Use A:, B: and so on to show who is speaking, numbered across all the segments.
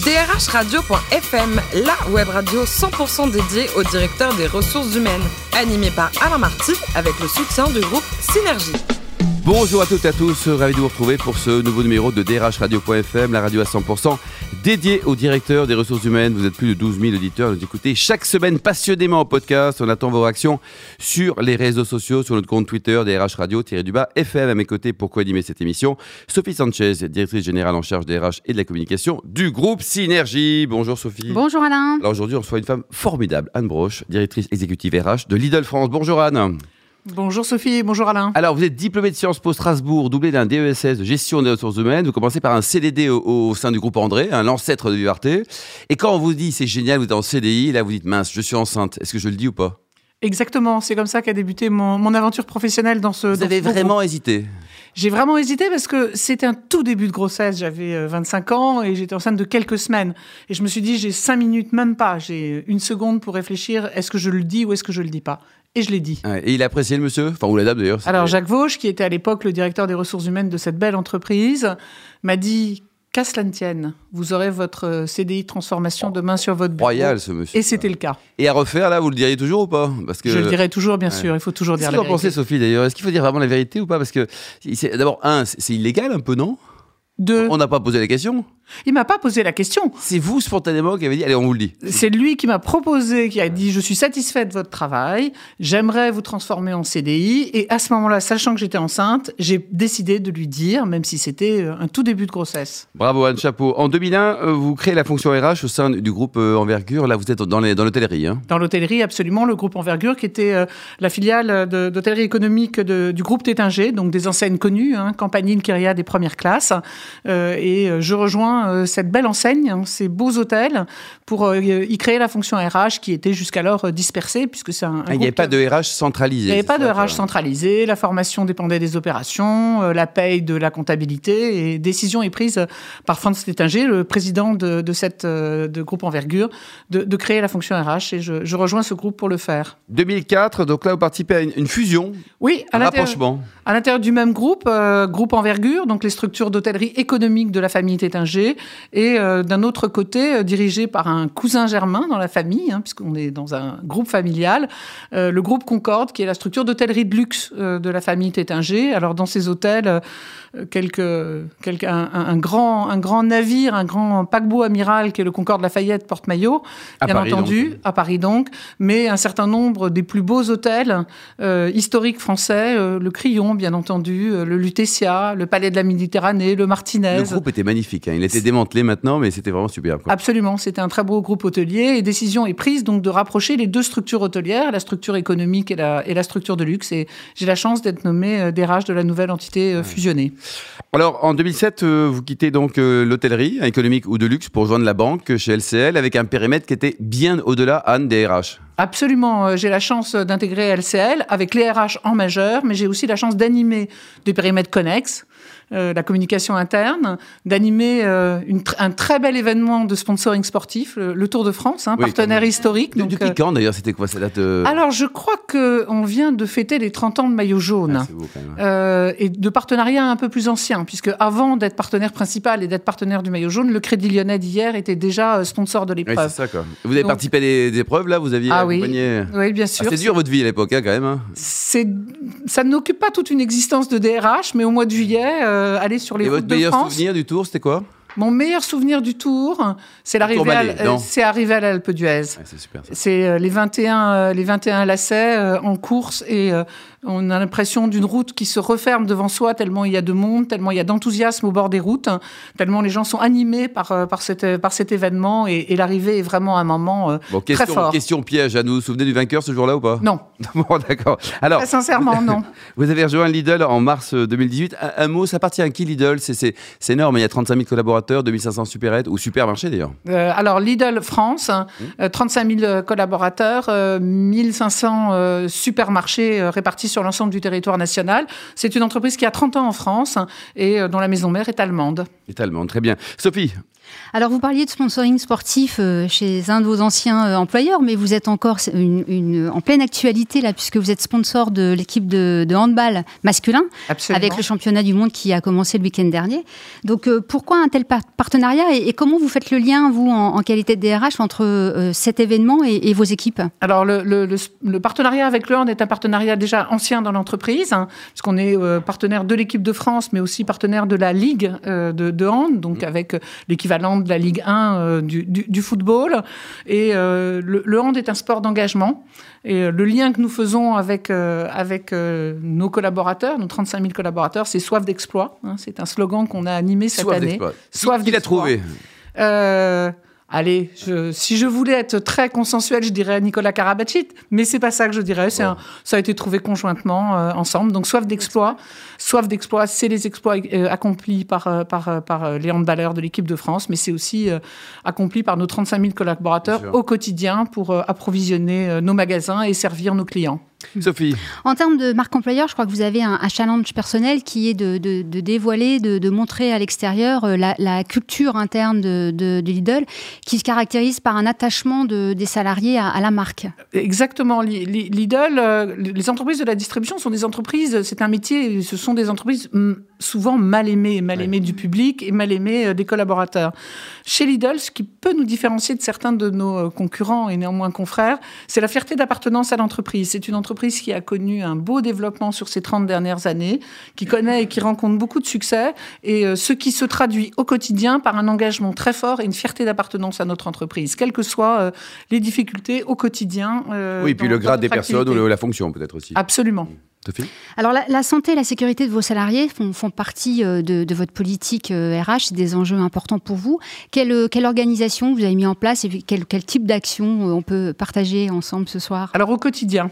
A: drhradio.fm, la web radio 100% dédiée au directeur des ressources humaines, animée par Alain Marty avec le soutien du groupe Synergie.
B: Bonjour à toutes et à tous, ravi de vous retrouver pour ce nouveau numéro de drhradio.fm, la radio à 100% dédiée au directeur des ressources humaines. Vous êtes plus de 12 000 auditeurs, nous écoutez chaque semaine passionnément en podcast. On attend vos réactions sur les réseaux sociaux, sur notre compte Twitter, drh-radio-FM. À mes côtés, pour co-animer cette émission, Sophie Sanchez, directrice générale en charge des RH et de la communication du groupe Synergie. Bonjour Sophie.
C: Bonjour Alain.
B: Alors aujourd'hui, on reçoit une femme formidable, Anne Broche, directrice exécutive RH de Lidl France. Bonjour Anne.
D: Bonjour Sophie, bonjour Alain.
B: Alors, vous êtes diplômé de Sciences Po Strasbourg, doublé d'un DESS de gestion des ressources humaines. Vous commencez par un CDD au sein du groupe André, l'ancêtre de Vivarté. Et quand on vous dit c'est génial, vous êtes en CDI, là vous dites mince, je suis enceinte. Est-ce que je le dis ou pas ?
D: Exactement, c'est comme ça qu'a débuté mon aventure professionnelle dans ce
B: Vous avez vraiment hésité ?
D: J'ai vraiment hésité parce que c'était un tout début de grossesse. J'avais 25 ans et j'étais enceinte de quelques semaines. Et je me suis dit, j'ai 5 minutes, même pas. J'ai une seconde pour réfléchir. Est-ce que je le dis ou est-ce que je le dis pas ? Et je l'ai dit.
B: Et il a apprécié le monsieur ? Enfin, ou la dame d'ailleurs.
D: Alors, Jacques Vauche, qui était à l'époque le directeur des ressources humaines de cette belle entreprise, m'a dit... Qu'à cela ne tienne, vous aurez votre CDI de transformation demain sur votre bureau.
B: Royal, ce monsieur.
D: Et c'était le cas.
B: Et à refaire, là, vous le diriez toujours ou pas ? Parce que...
D: Je le dirai toujours, bien sûr. Il faut toujours dire la vérité.
B: Qu'est-ce que vous en pensez, Sophie, d'ailleurs ? Est-ce qu'il faut dire vraiment la vérité ou pas ? Parce que, d'abord, c'est illégal un peu, non ? On n'a pas posé la question.
D: Il m'a pas posé la question.
B: C'est vous, spontanément, qui avez dit, allez, on vous le dit.
D: C'est lui qui m'a proposé, qui a dit, je suis satisfait de votre travail, j'aimerais vous transformer en CDI. Et à ce moment-là, sachant que j'étais enceinte, j'ai décidé de lui dire, même si c'était un tout début de grossesse.
B: Bravo Anne, chapeau. En 2001, vous créez la fonction RH au sein du groupe Envergure. Là, vous êtes dans l'hôtellerie. Hein.
D: Dans l'hôtellerie, absolument. Le groupe Envergure, qui était la filiale d'hôtellerie économique du groupe Tétinger, donc des enseignes connues, Campanile, Kyria, des premières classes. Et je rejoins cette belle enseigne, ces beaux hôtels, pour y créer la fonction RH qui était jusqu'alors dispersée, puisque c'est un
B: il n'y avait pas de RH centralisé.
D: Il n'y avait pas de RH centralisé, la formation dépendait des opérations, la paye de la comptabilité, et décision est prise par Franz Tétinger, le président de groupe Envergure, de créer la fonction RH, et je rejoins ce groupe pour le faire.
B: 2004, donc là vous participez à une fusion,
D: oui,
B: un rapprochement.
D: À l'intérieur du même groupe, groupe Envergure, donc les structures d'hôtellerie économique de la famille Tétinger, et d'un autre côté, dirigé par un cousin germain dans la famille, puisqu'on est dans un groupe familial, le groupe Concorde, qui est la structure d'hôtellerie de luxe de la famille Tétinger. Alors dans ces hôtels, un grand navire, un grand paquebot amiral qui est le Concorde Lafayette Porte-Maillot, bien entendu, à Paris donc, mais un certain nombre des plus beaux hôtels historiques français, le Crillon, bien entendu, le Lutetia, le Palais de la Méditerranée, le Martinez.
B: Le groupe était magnifique, il était démantelé maintenant, mais c'était vraiment superbe.
D: Absolument, c'était un très beau groupe hôtelier, et décision est prise donc de rapprocher les deux structures hôtelières, la structure économique et la structure de luxe, et j'ai la chance d'être nommé DRH de la nouvelle entité fusionnée.
B: Alors, en 2007, vous quittez donc l'hôtellerie, économique ou de luxe, pour rejoindre la banque chez LCL, avec un périmètre qui était bien au-delà, Anne, des RH.
D: Absolument. J'ai la chance d'intégrer LCL avec les RH en majeur, mais j'ai aussi la chance d'animer des périmètres connexes, la communication interne, d'animer un très bel événement de sponsoring sportif, le Tour de France, partenaire historique.
B: Donc, depuis quand d'ailleurs, c'était quoi cette date
D: Alors, je crois qu'on vient de fêter les 30 ans de Maillot Jaune.
B: C'est beau, quand même.
D: Et de partenariat un peu plus ancien, puisque avant d'être partenaire principal et d'être partenaire du Maillot Jaune, le Crédit Lyonnais d'hier était déjà sponsor de l'épreuve.
B: Oui, c'est ça, quoi. Vous avez participé à des épreuves, là ? Vous aviez accompagné...
D: Oui, bien sûr.
B: C'était dur votre vie à l'époque, quand même.
D: Ça n'occupe pas toute une existence de DRH, mais au mois de juillet, aller sur les routes de France...
B: Et votre meilleur souvenir du Tour, c'était quoi ?
D: Mon meilleur souvenir du Tour, c'est arriver à l'Alpe d'Huez.
B: Ouais, c'est super, ça.
D: C'est les 21 lacets en course, et on a l'impression d'une route qui se referme devant soi, tellement il y a de monde, tellement il y a d'enthousiasme au bord des routes, tellement les gens sont animés par cet événement, et l'arrivée est vraiment un moment très fort.
B: Question piège, à nous vous souvenez du vainqueur ce jour-là ou pas ?
D: Non.
B: Bon, d'accord. Alors,
D: très sincèrement, non.
B: Vous avez rejoint Lidl en mars 2018. Un mot, ça appartient à qui Lidl ? C'est énorme, il y a 35 000 collaborateurs, 2500 supérettes, ou supermarchés d'ailleurs.
D: Alors Lidl France, 35 000 collaborateurs, 1500 supermarchés répartis sur l'ensemble du territoire national. C'est une entreprise qui a 30 ans en France et dont la maison mère est allemande.
B: Est allemande, très bien. Sophie?
C: Alors, vous parliez de sponsoring sportif chez un de vos anciens employeurs, mais vous êtes encore en pleine actualité, là, puisque vous êtes sponsor de l'équipe de handball masculin. Absolument. Avec le championnat du monde qui a commencé le week-end dernier. Donc, pourquoi un tel partenariat et comment vous faites le lien, vous, en qualité de DRH, entre cet événement et vos équipes?
D: Alors, le partenariat avec le hand est un partenariat déjà ancien dans l'entreprise, puisqu'on est partenaire de l'équipe de France, mais aussi partenaire de la Ligue de hand, donc avec l'équivalent de la Ligue 1 du football. Et le hand est un sport d'engagement. Et le lien que nous faisons avec nos collaborateurs, nos 35 000 collaborateurs, c'est soif d'exploit. C'est un slogan qu'on a animé cette année.
B: Soif d'exploit. Qui l'a trouvé?
D: Allez, si je voulais être très consensuel, je dirais Nicolas Karabatic, mais c'est pas ça que je dirais. Ça a été trouvé conjointement ensemble. Donc soif d'exploit, c'est les exploits accomplis par les handballeurs de l'équipe de France, mais c'est aussi accompli par nos 35 000 collaborateurs au quotidien pour approvisionner nos magasins et servir nos clients.
B: Sophie?
C: En termes de marque employeur, je crois que vous avez un challenge personnel qui est de dévoiler, de montrer à l'extérieur la culture interne de Lidl, qui se caractérise par un attachement des salariés à la marque.
D: Exactement. Lidl, les entreprises de la distribution sont des entreprises, c'est un métier, ce sont des entreprises souvent mal aimées du public et mal aimées des collaborateurs. Chez Lidl, ce qui peut nous différencier de certains de nos concurrents et néanmoins confrères, c'est la fierté d'appartenance à l'entreprise. C'est une entreprise qui a connu un beau développement sur ces 30 dernières années, qui connaît et qui rencontre beaucoup de succès, et ce qui se traduit au quotidien par un engagement très fort et une fierté d'appartenance à notre entreprise, quelles que soient les difficultés au quotidien.
B: Oui, puis le grade des personnes ou la fonction peut-être aussi.
D: Absolument.
B: Sophie?
C: Alors, la santé et la sécurité de vos salariés font partie de votre politique RH, c'est des enjeux importants pour vous. Quelle organisation vous avez mis en place et quel type d'action on peut partager ensemble ce soir?
D: Alors, au quotidien,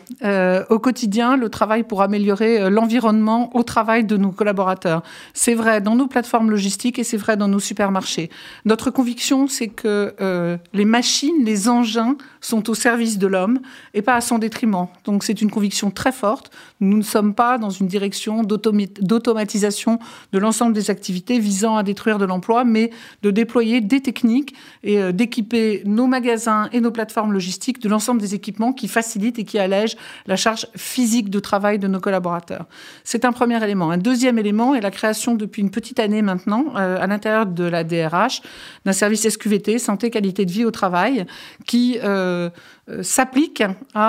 D: le travail pour améliorer l'environnement au travail de nos collaborateurs. C'est vrai dans nos plateformes logistiques et c'est vrai dans nos supermarchés. Notre conviction, c'est que les machines, les engins sont au service de l'homme et pas à son détriment. Donc, c'est une conviction très forte. Nous ne sommes pas dans une direction d'automatisation de l'ensemble des activités visant à détruire de l'emploi, mais de déployer des techniques et d'équiper nos magasins et nos plateformes logistiques de l'ensemble des équipements qui facilitent et qui allègent la charge physique de travail de nos collaborateurs. C'est un premier élément. Un deuxième élément est la création depuis une petite année maintenant, à l'intérieur de la DRH, d'un service SQVT, santé, qualité de vie au travail, qui s'applique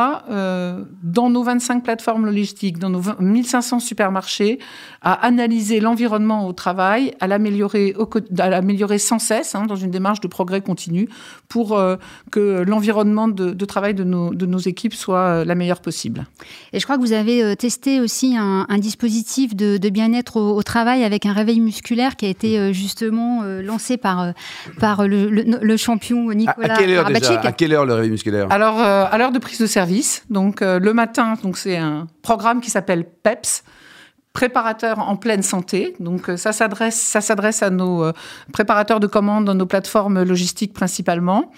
D: dans nos 25 plateformes logistiques, dans nos 1500 supermarchés, à analyser l'environnement au travail, à l'améliorer sans cesse, dans une démarche de progrès continu, pour que l'environnement de travail de nos équipes soit la meilleure possible.
C: Et je crois que vous avez testé aussi un dispositif de bien-être au travail avec un réveil musculaire qui a été justement lancé par le champion Nicolas Karabatic.
B: À quelle heure le réveil musculaire?
D: Alors, à l'heure de prise de service, donc le matin, donc c'est un programme qui s'appelle PEPS, préparateur en pleine santé. Donc ça s'adresse à nos préparateurs de commandes dans nos plateformes logistiques principalement.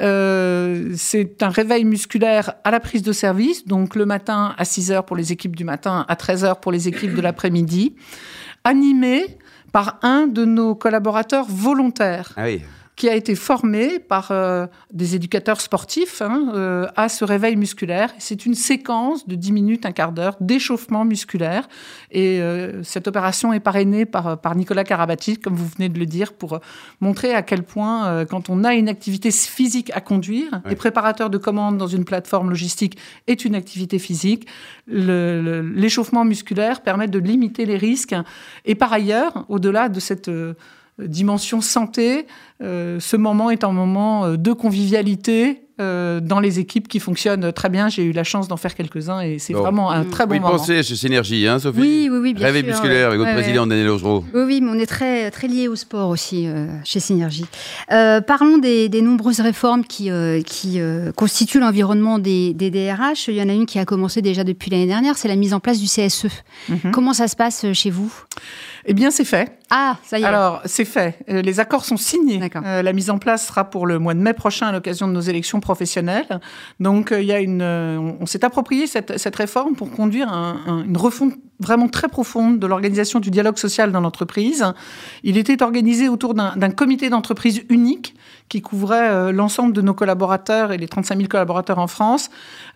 D: C'est un réveil musculaire à la prise de service, donc le matin à 6h pour les équipes du matin, à 13h pour les équipes de l'après-midi, animé par un de nos collaborateurs volontaires.
B: Ah oui.
D: Qui a été formé par des éducateurs sportifs à ce réveil musculaire. C'est une séquence de 10 minutes, un quart d'heure d'échauffement musculaire. Et cette opération est parrainée par Nicolas Karabatic, comme vous venez de le dire, pour montrer à quel point, quand on a une activité physique à conduire, les préparateurs de commandes dans une plateforme logistique est une activité physique, l'échauffement musculaire permet de limiter les risques. Et par ailleurs, au-delà de cette dimension santé, ce moment est un moment de convivialité dans les équipes qui fonctionnent très bien. J'ai eu la chance d'en faire quelques-uns et c'est vraiment un très bon moment.
B: Vous pensez chez Synergie, Sophie?
C: Oui, bien
B: Réveil
C: sûr.
B: musculaire avec votre président Daniel Augereau.
C: Oui, mais on est très, très liés au sport aussi chez Synergie. Parlons des nombreuses réformes qui constituent l'environnement des DRH. Il y en a une qui a commencé déjà depuis l'année dernière, c'est la mise en place du CSE. Comment ça se passe chez vous?
D: Eh bien, c'est fait.
C: Ah, ça y est.
D: Alors, c'est fait. Les accords sont signés.
C: D'accord.
D: La mise en place sera pour le mois de mai prochain à l'occasion de nos élections professionnelles. opérationnelle. Donc, on s'est approprié cette réforme pour conduire une refonte vraiment très profonde de l'organisation du dialogue social dans l'entreprise. Il était organisé autour d'un comité d'entreprise unique qui couvrait l'ensemble de nos collaborateurs et les 35 000 collaborateurs en France,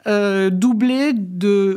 D: doublé de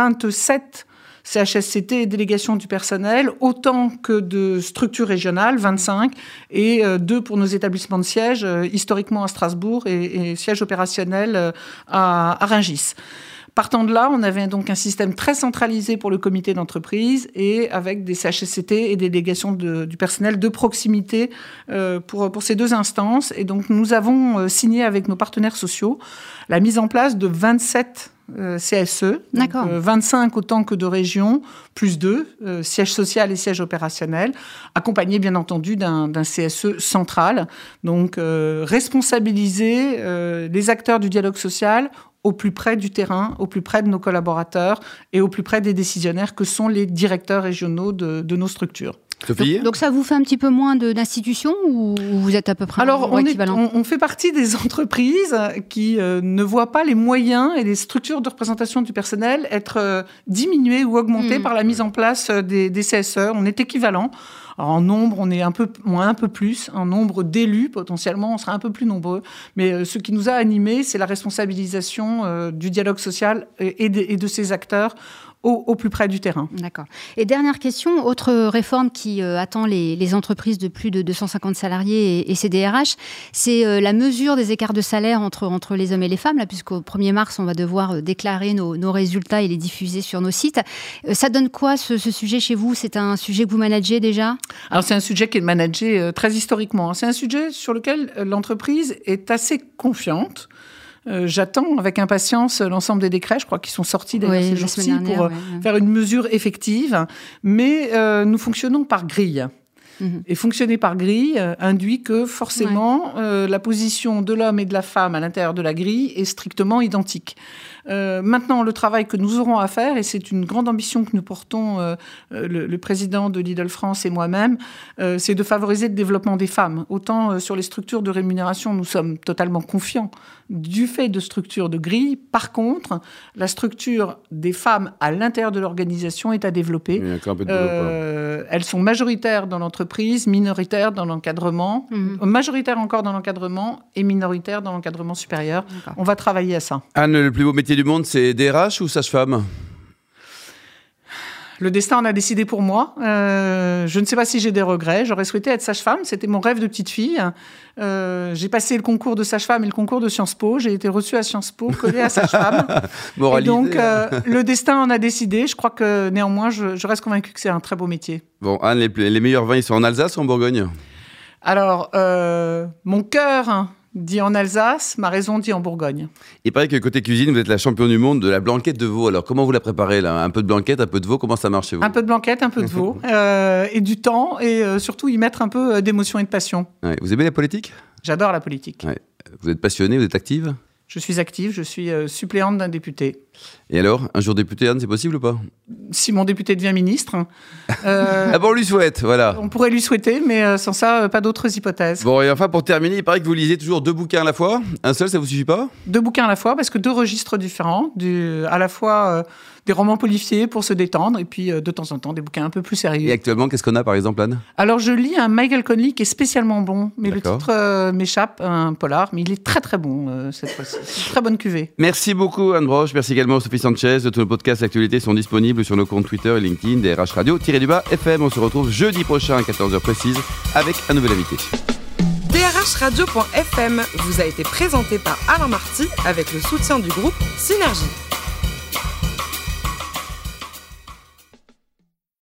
D: 27 CHSCT et délégations du personnel, autant que de structures régionales, 25, et 2 pour nos établissements de siège, historiquement à Strasbourg et siège opérationnel à Rungis. Partant de là, on avait donc un système très centralisé pour le comité d'entreprise et avec des CHSCT et des délégations du personnel de proximité pour ces 2 instances. Et donc, nous avons signé avec nos partenaires sociaux la mise en place de 27 CSE, donc 25 autant que de régions, plus 2, siège social et siège opérationnel, accompagnés bien entendu d'un CSE central. Donc, responsabiliser les acteurs du dialogue social au plus près du terrain, au plus près de nos collaborateurs et au plus près des décisionnaires que sont les directeurs régionaux de nos structures.
C: Donc ça vous fait un petit peu moins d'institutions ou vous êtes à peu près équivalent ?
D: On fait partie des entreprises qui ne voient pas les moyens et les structures de représentation du personnel être diminuées ou augmentées par la mise en place des CSE. On est équivalent. Alors, en nombre, on est un peu plus. En nombre d'élus, potentiellement, on sera un peu plus nombreux. Mais ce qui nous a animés, c'est la responsabilisation du dialogue social et de ses acteurs au plus près du terrain.
C: D'accord. Et dernière question, autre réforme qui attend les entreprises de plus de 250 salariés et CDRH, c'est la mesure des écarts de salaire entre les hommes et les femmes, là, puisqu'au 1er mars, on va devoir déclarer nos résultats et les diffuser sur nos sites. Ça donne quoi, ce sujet chez vous ? C'est un sujet que vous managez déjà ?
D: Alors, c'est un sujet qui est managé très historiquement. C'est un sujet sur lequel l'entreprise est assez confiante. J'attends avec impatience l'ensemble des décrets, je crois qu'ils sont sortis d'ailleurs ces jours-ci pour faire une mesure effective. Mais nous fonctionnons par grille. Et fonctionner par grille induit que forcément la position de l'homme et de la femme à l'intérieur de la grille est strictement identique. Maintenant, le travail que nous aurons à faire, et c'est une grande ambition que nous portons, le président de Lidl France et moi-même, c'est de favoriser le développement des femmes. Autant sur les structures de rémunération, nous sommes totalement confiants du fait de structures de grille. Par contre, la structure des femmes à l'intérieur de l'organisation est à développer.
B: Il y a encore un peu de boulot,
D: elles sont majoritaires dans l'entreprise, minoritaires dans l'encadrement, majoritaires encore dans l'encadrement et minoritaires dans l'encadrement supérieur. D'accord. On va travailler à ça.
B: Anne, le plus beau métier du monde, c'est DRH ou sage-femme ?
D: Le destin en a décidé pour moi. Je ne sais pas si j'ai des regrets. J'aurais souhaité être sage-femme. C'était mon rêve de petite fille. J'ai passé le concours de sage-femme et le concours de Sciences Po. J'ai été reçue à Sciences Po, collée à sage-femme.
B: Moralité.
D: Et donc, le destin en a décidé. Je crois que néanmoins, je reste convaincue que c'est un très beau métier.
B: Bon, Anne, les meilleurs vins, ils sont en Alsace ou en Bourgogne ?
D: Alors, mon cœur dit en Alsace, ma raison dit en Bourgogne.
B: Il paraît que côté cuisine, vous êtes la championne du monde de la blanquette de veau. Alors, comment vous la préparez là ? Un peu de blanquette, un peu de veau, comment ça marche chez vous ?
D: Un peu de blanquette, un peu de veau, et du temps, et surtout y mettre un peu d'émotion et de passion.
B: Ouais. Vous aimez la politique ?
D: J'adore la politique.
B: Ouais. Vous êtes passionnée, vous êtes active ?
D: Je suis active, je suis suppléante d'un député.
B: Et alors, un jour député, Anne, c'est possible ou pas ?
D: Si mon député devient ministre.
B: Ah bon, on lui souhaite, voilà.
D: On pourrait lui souhaiter, mais sans ça, pas d'autres hypothèses.
B: Bon, et enfin, pour terminer, il paraît que vous lisez toujours 2 bouquins à la fois. Un seul, ça vous suffit pas ?
D: 2 bouquins à la fois, parce que 2 registres différents. À la fois des romans policiers pour se détendre, et puis de temps en temps, des bouquins un peu plus sérieux.
B: Et actuellement, qu'est-ce qu'on a, par exemple, Anne ?
D: Alors, je lis un Michael Connelly qui est spécialement bon, mais
B: D'accord.
D: le titre m'échappe, un polar, mais il est très très bon cette fois-ci. C'est une très bonne cuvée.
B: Merci beaucoup, Anne Broche. Merci également, Sophie Sanchez. Tous nos podcasts d'actualité sont disponibles sur nos comptes Twitter et LinkedIn, DRH Radio-FM. On se retrouve jeudi prochain à 14h précise avec un nouvel invité.
A: DRH Radio.FM vous a été présenté par Alain Marty avec le soutien du groupe Synergie.